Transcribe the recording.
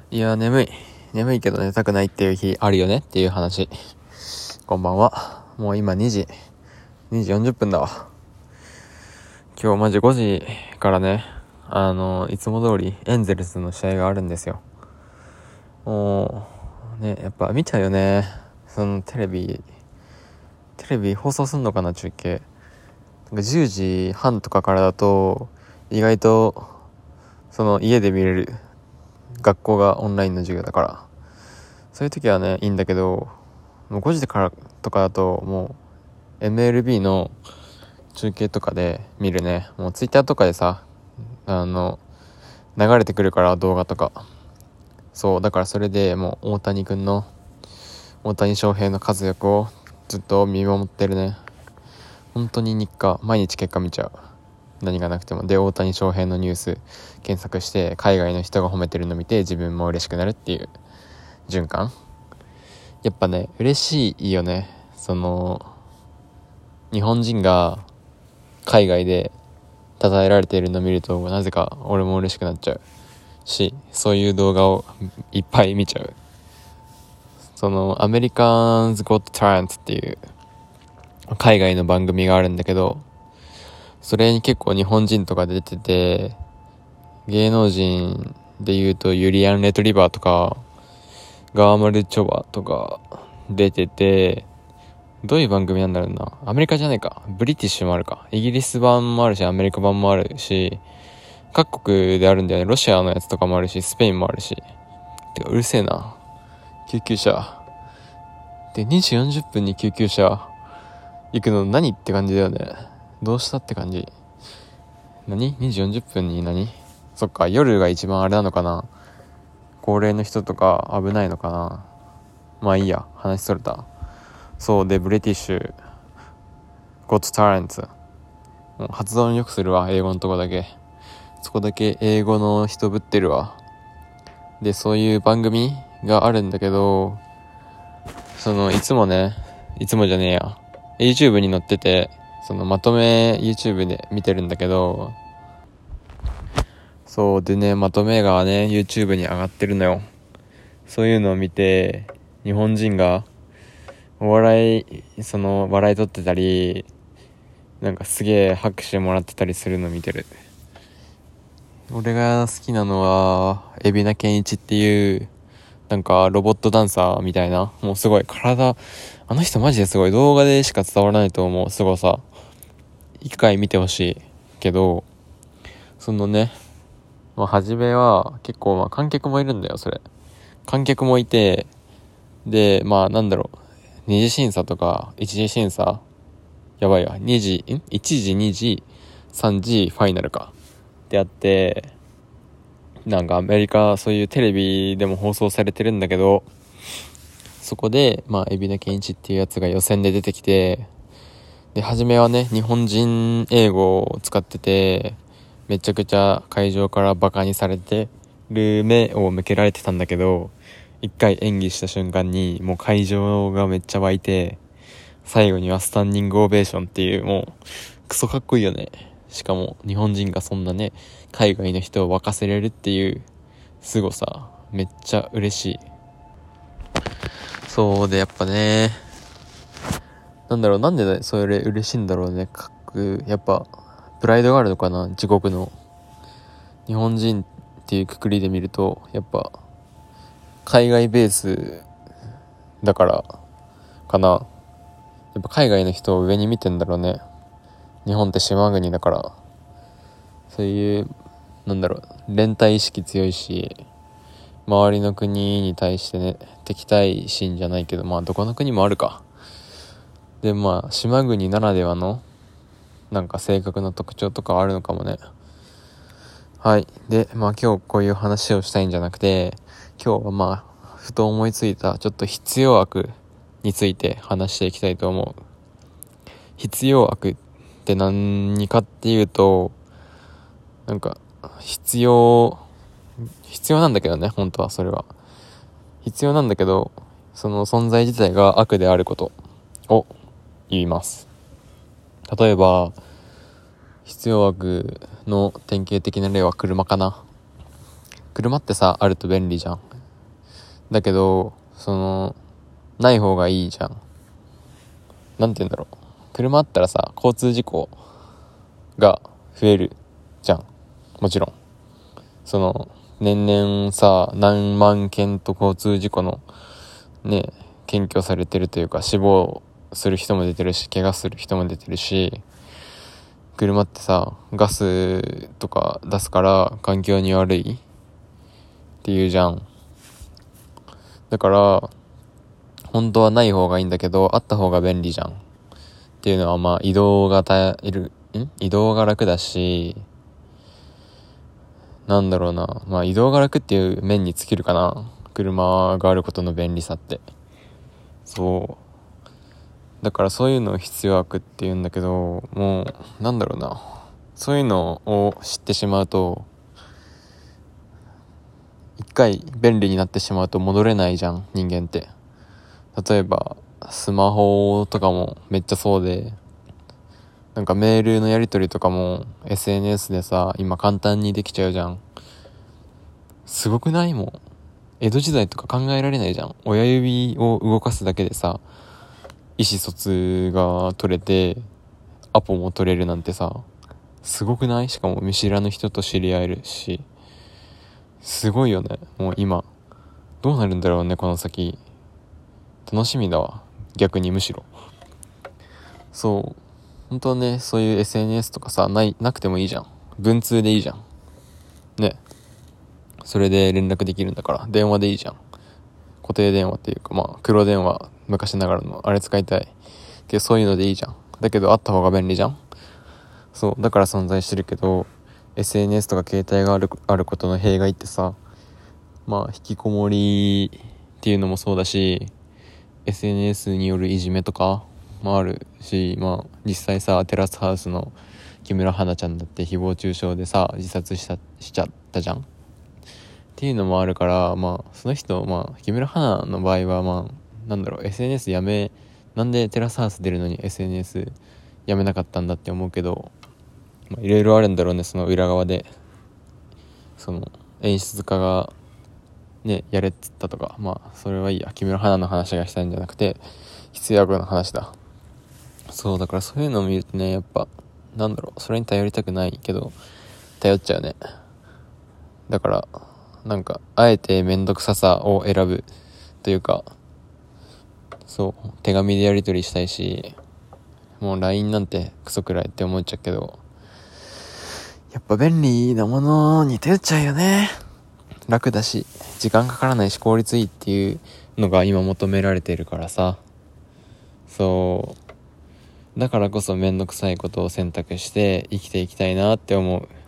いや、眠いけど寝たくないっていう日あるよねっていう話。こんばんは。もう今2時40分だわ。今日マジ5時からね、いつも通りエンゼルスの試合があるんですよ。もうね、やっぱ見ちゃうよね。そのテレビ放送すんのかな、中継。10時半とかからだと意外とその家で見れる。学校がオンラインの授業だから、そういう時はねいいんだけど、もう5時からとかだともう MLB の中継とかで見るね。もうツイッターとかでさ、流れてくるから、動画とか。そうだから、それでもう大谷翔平の活躍をずっと見守ってるね。本当に毎日結果見ちゃう。何がなくても。で、大谷翔平のニュース検索して海外の人が褒めてるの見て自分も嬉しくなるっていう循環。やっぱね、嬉しいよね。その日本人が海外で称えられているのを見ると、なぜか俺も嬉しくなっちゃうし、そういう動画をいっぱい見ちゃう。そのアメリカンズ・ゴット・タレントっていう海外の番組があるんだけど、それに結構日本人とか出てて、芸能人で言うとユリアン・レトリバーとかガーマル・チョバとか出てて、どういう番組なんだろうな。アメリカじゃないか、ブリティッシュもあるか、イギリス版もあるしアメリカ版もあるし、各国であるんだよね。ロシアのやつとかもあるし、スペインもあるし。てかうるせえな、救急車で2時40分に救急車行くの何って感じだよね。どうしたって感じ。2時40分にそっか、夜が一番あれなのかな。高齢の人とか危ないのかな。まあいいや、話それた。そうで、ブリティッシュゴットタレンツ、もう発音よくするわ、英語のとこだけ。そこだけ英語の人ぶってるわ。で、そういう番組があるんだけど、いつもじゃねえや、 YouTube に載ってて、そのまとめ YouTube で見てるんだけど、そうでね、まとめがね YouTube に上がってるのよ。そういうのを見て、日本人が笑い取ってたり、なんかすげえ拍手もらってたりするの見てる。俺が好きなのは海老名健一っていう、なんかロボットダンサーみたいな、もうすごいあの人マジですごい。動画でしか伝わらないと思うすごさ。一回見てほしいけど、そのね、初めは結構観客もいるんだよ。観客もいて、でなんだろう、二次審査とか一次審査、やばいわ、1時2時3時ファイナルかってあって、なんかアメリカ、そういうテレビでも放送されてるんだけど、そこで海老名健一っていうやつが予選で出てきて、で初めはね日本人英語を使ってて、めちゃくちゃ会場からバカにされてる目を向けられてたんだけど、一回演技した瞬間にもう会場がめっちゃ湧いて、最後にはスタンディングオベーションっていう、もうクソかっこいいよね。しかも日本人がそんなね、海外の人を沸かせれるっていう凄さ、めっちゃ嬉しい。そうで、やっぱね、なんだろう、なんでそれ嬉しいんだろうね。やっぱプライドがあるのかな、自国の。日本人っていうくくりで見ると、やっぱ海外ベースだからかな。やっぱ海外の人を上に見てんだろうね。日本って島国だから、そういうなんだろう、連帯意識強いし、周りの国に対してね、敵対心じゃないけど、どこの国もあるか。で島国ならではのなんか性格の特徴とかあるのかもね。はい。で今日こういう話をしたいんじゃなくて、今日はふと思いついたちょっと必要悪について話していきたいと思う。必要悪って何かっていうと、なんか必要なんだけどね、本当はそれは必要なんだけど、その存在自体が悪であることを言います。例えば必要悪の典型的な例は車かな。車ってさ、あると便利じゃん。 だけどない方がいいじゃん。なんて言うんだろう、車あったらさ、交通事故が増えるじゃん。もちろん年々さ、何万件と交通事故のね、検挙されてるというか、死亡する人も出てるし、怪我する人も出てるし、車ってさ、ガスとか出すから環境に悪いっていうじゃん。だから本当はない方がいいんだけど、あった方が便利じゃんっていうのは、まあ移動が楽だし、なんだろうな、まあ移動が楽っていう面に尽きるかな、車があることの便利さって。そうだから、そういうのを必要悪っていうんだけど、もうなんだろうな、そういうのを知ってしまうと、一回便利になってしまうと戻れないじゃん、人間って。例えばスマホとかもめっちゃそうで、なんかメールのやり取りとかも SNS でさ、今簡単にできちゃうじゃん。すごくない？もう江戸時代とか考えられないじゃん。親指を動かすだけでさ、意思疎通が取れてアポも取れるなんてさ、すごくない？しかも見知らぬ人と知り合えるし、すごいよね。もう今どうなるんだろうね、この先。楽しみだわ、逆に。むしろ本当はね、そういう SNS とかさ、なくてもいいじゃん。文通でいいじゃんね。それで連絡できるんだから、電話でいいじゃん。固定電話っていうか、まあ黒電話、昔ながらのあれ使いたいけど、そういうのでいいじゃん。だけどあった方が便利じゃん。だから存在してるけど、 SNS とか携帯があることの弊害ってさ、まあ引きこもりっていうのもそうだし、 SNS によるいじめとかもあるし、まあ実際さ、テラスハウスの木村花ちゃんだって誹謗中傷でさ、自殺しちゃったじゃんっていうのもあるから、まあその人、まあ木村花の場合は、まあなんだろう、 SNS なんでテラスハウス出るのに SNS やめなかったんだって思うけど、まあいろいろあるんだろうね、その裏側で。演出家がね、やれっつったとか、まあそれはいいや、木村花の話がしたいんじゃなくて、必要悪の話だ。だからそういうのを見るとね、やっぱなんだろう、それに頼りたくないけど頼っちゃうね。だからなんかあえてめんどくささを選ぶというか、手紙でやり取りしたいし、もう LINE なんてクソくらいって思っちゃうけど、やっぱ便利なものに頼っちゃうよね。楽だし時間かからないし効率いいっていうのが今求められてるからさ。だからこそめんどくさいことを選択して生きていきたいなって思う。